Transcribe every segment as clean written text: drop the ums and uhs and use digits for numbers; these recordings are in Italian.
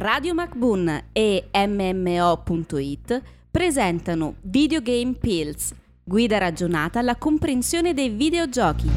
Radio MacBoon e MMO.it presentano Videogame Pills, guida ragionata alla comprensione dei videogiochi.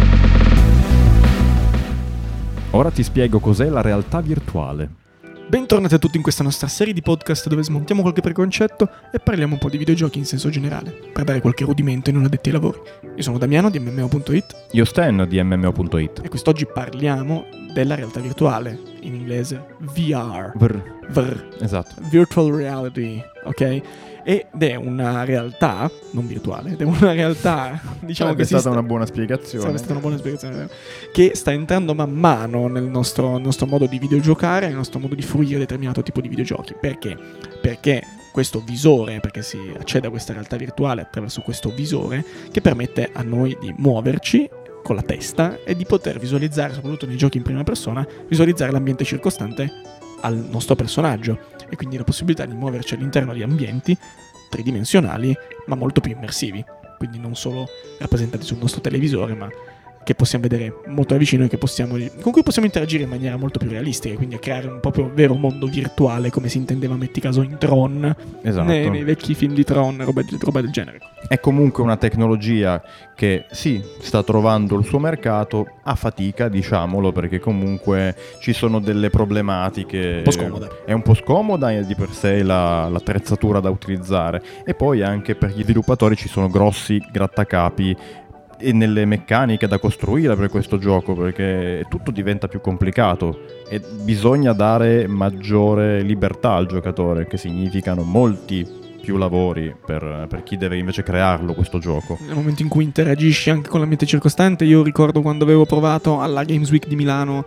Ora ti spiego cos'è la realtà virtuale. Bentornati a tutti in questa nostra serie di podcast dove smontiamo qualche preconcetto e parliamo un po' di videogiochi in senso generale, per dare qualche rudimento ai non addetti ai lavori. Io sono Damiano di MMO.it. Io Stan di MMO.it. E quest'oggi parliamo della realtà virtuale, in inglese VR. Esatto. Virtual reality, ok? Ed è una realtà, non virtuale, ed è una realtà, diciamo Sarebbe che stata una buona spiegazione. Sarebbe stata una buona spiegazione, che sta entrando man mano nel nostro modo di videogiocare, nel nostro modo di fruire determinato tipo di videogiochi. Perché? Perché questo visore, perché si accede a questa realtà virtuale attraverso questo visore che permette a noi di muoverci con la testa e di poter visualizzare, soprattutto nei giochi in prima persona, visualizzare l'ambiente circostante al nostro personaggio e quindi la possibilità di muoverci all'interno di ambienti tridimensionali ma molto più immersivi, quindi non solo rappresentati sul nostro televisore ma che possiamo vedere molto da vicino e con cui possiamo interagire in maniera molto più realistica, quindi a creare un proprio vero mondo virtuale come si intendeva, metti caso, in Tron, esatto. nei vecchi film di Tron, roba del genere. È comunque una tecnologia che sì, sta trovando il suo mercato a fatica, diciamolo, perché comunque ci sono delle problematiche. Un po' scomoda. È un po' scomoda di per sé l'attrezzatura da utilizzare, e poi anche per gli sviluppatori ci sono grossi grattacapi e nelle meccaniche da costruire per questo gioco, perché tutto diventa più complicato e bisogna dare maggiore libertà al giocatore, che significano molti più lavori per chi deve invece crearlo questo gioco. Nel momento in cui interagisci anche con l'ambiente circostante, io ricordo quando avevo provato alla Games Week di Milano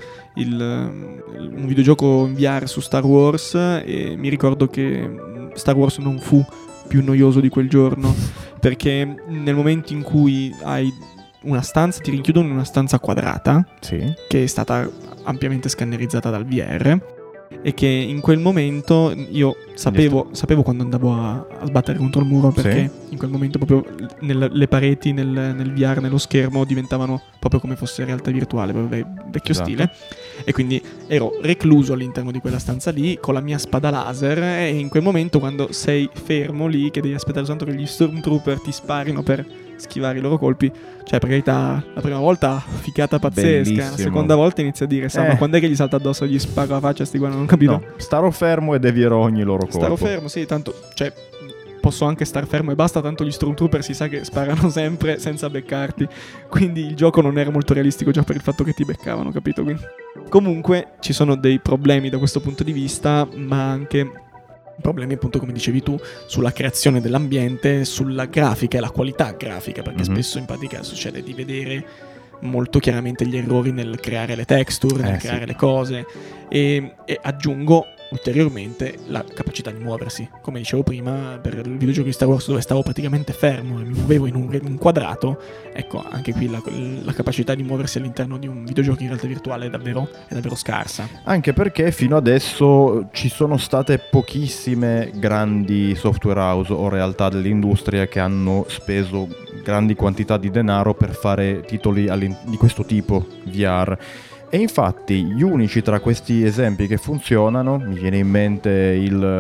un videogioco in VR su Star Wars, e mi ricordo che Star Wars non fu più noioso di quel giorno, perché nel momento in cui hai una stanza, ti rinchiudono in una stanza quadrata, Sì. che è stata ampiamente scannerizzata dal VR, e che in quel momento io sapevo quando andavo a sbattere contro il muro, perché in quel momento proprio le pareti nel VR, nello schermo, diventavano proprio come fosse realtà virtuale, proprio vecchio stile, e quindi ero recluso all'interno di quella stanza lì con la mia spada laser, e in quel momento, quando sei fermo lì che devi aspettare soltanto che gli Stormtrooper ti sparino per schivare i loro colpi, cioè per carità, la prima volta ficata pazzesca, bellissimo. la seconda volta inizia a dire ma quando è che gli salta addosso e gli sparo la faccia, sti qua, non ho capito. No, starò fermo ed evierò ogni loro colpo. Starò fermo, sì, tanto, cioè posso anche star fermo e basta, tanto gli Stormtrooper si sa che sparano sempre senza beccarti, quindi il gioco non era molto realistico già per il fatto che ti beccavano, capito? Quindi comunque ci sono dei problemi da questo punto di vista, ma anche problemi, appunto, come dicevi tu, sulla creazione dell'ambiente, sulla grafica e la qualità grafica, perché spesso in pratica succede di vedere molto chiaramente gli errori nel creare le texture, nel creare le cose, e aggiungo ulteriormente la capacità di muoversi. Come dicevo prima, per il videogioco di Star Wars, dove stavo praticamente fermo e mi muovevo in un quadrato, ecco, anche qui la capacità di muoversi all'interno di un videogioco in realtà virtuale è davvero scarsa. Anche perché fino adesso ci sono state pochissime grandi software house o realtà dell'industria che hanno speso grandi quantità di denaro per fare titoli di questo tipo VR. E infatti gli unici tra questi esempi che funzionano, mi viene in mente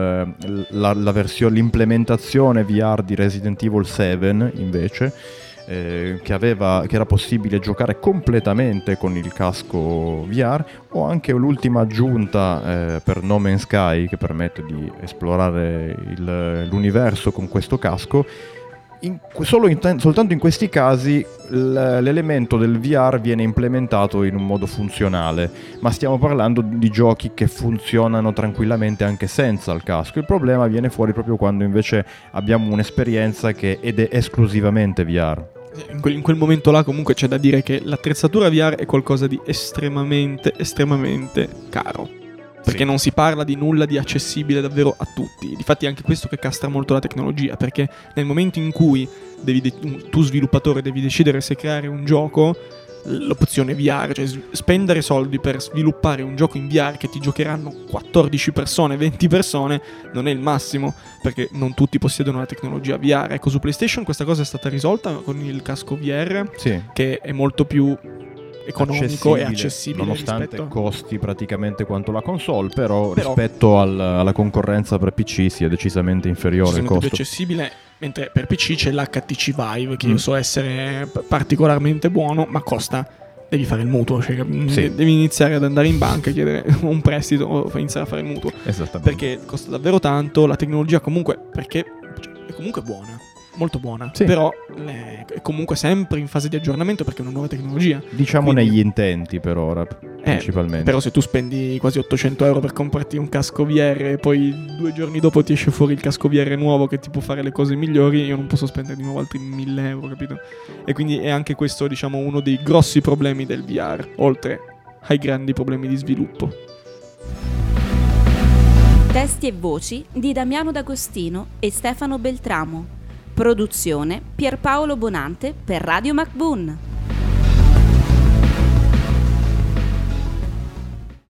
l'implementazione VR di Resident Evil 7 invece, che era possibile giocare completamente con il casco VR, o anche l'ultima aggiunta per No Man's Sky, che permette di esplorare l'universo con questo casco. Soltanto in questi casi l'elemento del VR viene implementato in un modo funzionale, ma stiamo parlando di giochi che funzionano tranquillamente anche senza il casco. Il problema viene fuori proprio quando invece abbiamo un'esperienza ed è esclusivamente VR. In quel momento là comunque c'è da dire che l'attrezzatura VR è qualcosa di estremamente caro, perché non si parla di nulla di accessibile davvero a tutti. Difatti è anche questo che castra molto la tecnologia, perché nel momento in cui tu sviluppatore devi decidere se creare un gioco, l'opzione VR, cioè spendere soldi per sviluppare un gioco in VR che ti giocheranno 14 persone, 20 persone, non è il massimo, perché non tutti possiedono la tecnologia VR. Ecco, su PlayStation questa cosa è stata risolta con il casco VR, che è molto più economico e accessibile, nonostante rispetto... costi praticamente quanto la console, però rispetto alla concorrenza per PC sia decisamente inferiore il costo. Più accessibile, mentre per PC c'è l'HTC Vive, che io so essere particolarmente buono, ma costa... Devi fare il mutuo, cioè devi iniziare ad andare in banca, chiedere un prestito o iniziare a fare il mutuo. Esattamente. Perché costa davvero tanto, la tecnologia comunque, perché è comunque buona, molto buona, però è comunque sempre in fase di aggiornamento perché è una nuova tecnologia. Diciamo quindi, negli intenti per ora, principalmente. Però se tu spendi quasi 800 euro per comprarti un casco VR e poi 2 giorni dopo ti esce fuori il casco VR nuovo che ti può fare le cose migliori, io non posso spendere di nuovo altri 1000 euro, capito? E quindi è anche questo, diciamo, uno dei grossi problemi del VR, oltre ai grandi problemi di sviluppo. Testi e voci di Damiano D'Agostino e Stefano Beltramo. Produzione Pierpaolo Bonante per Radio MacBoon.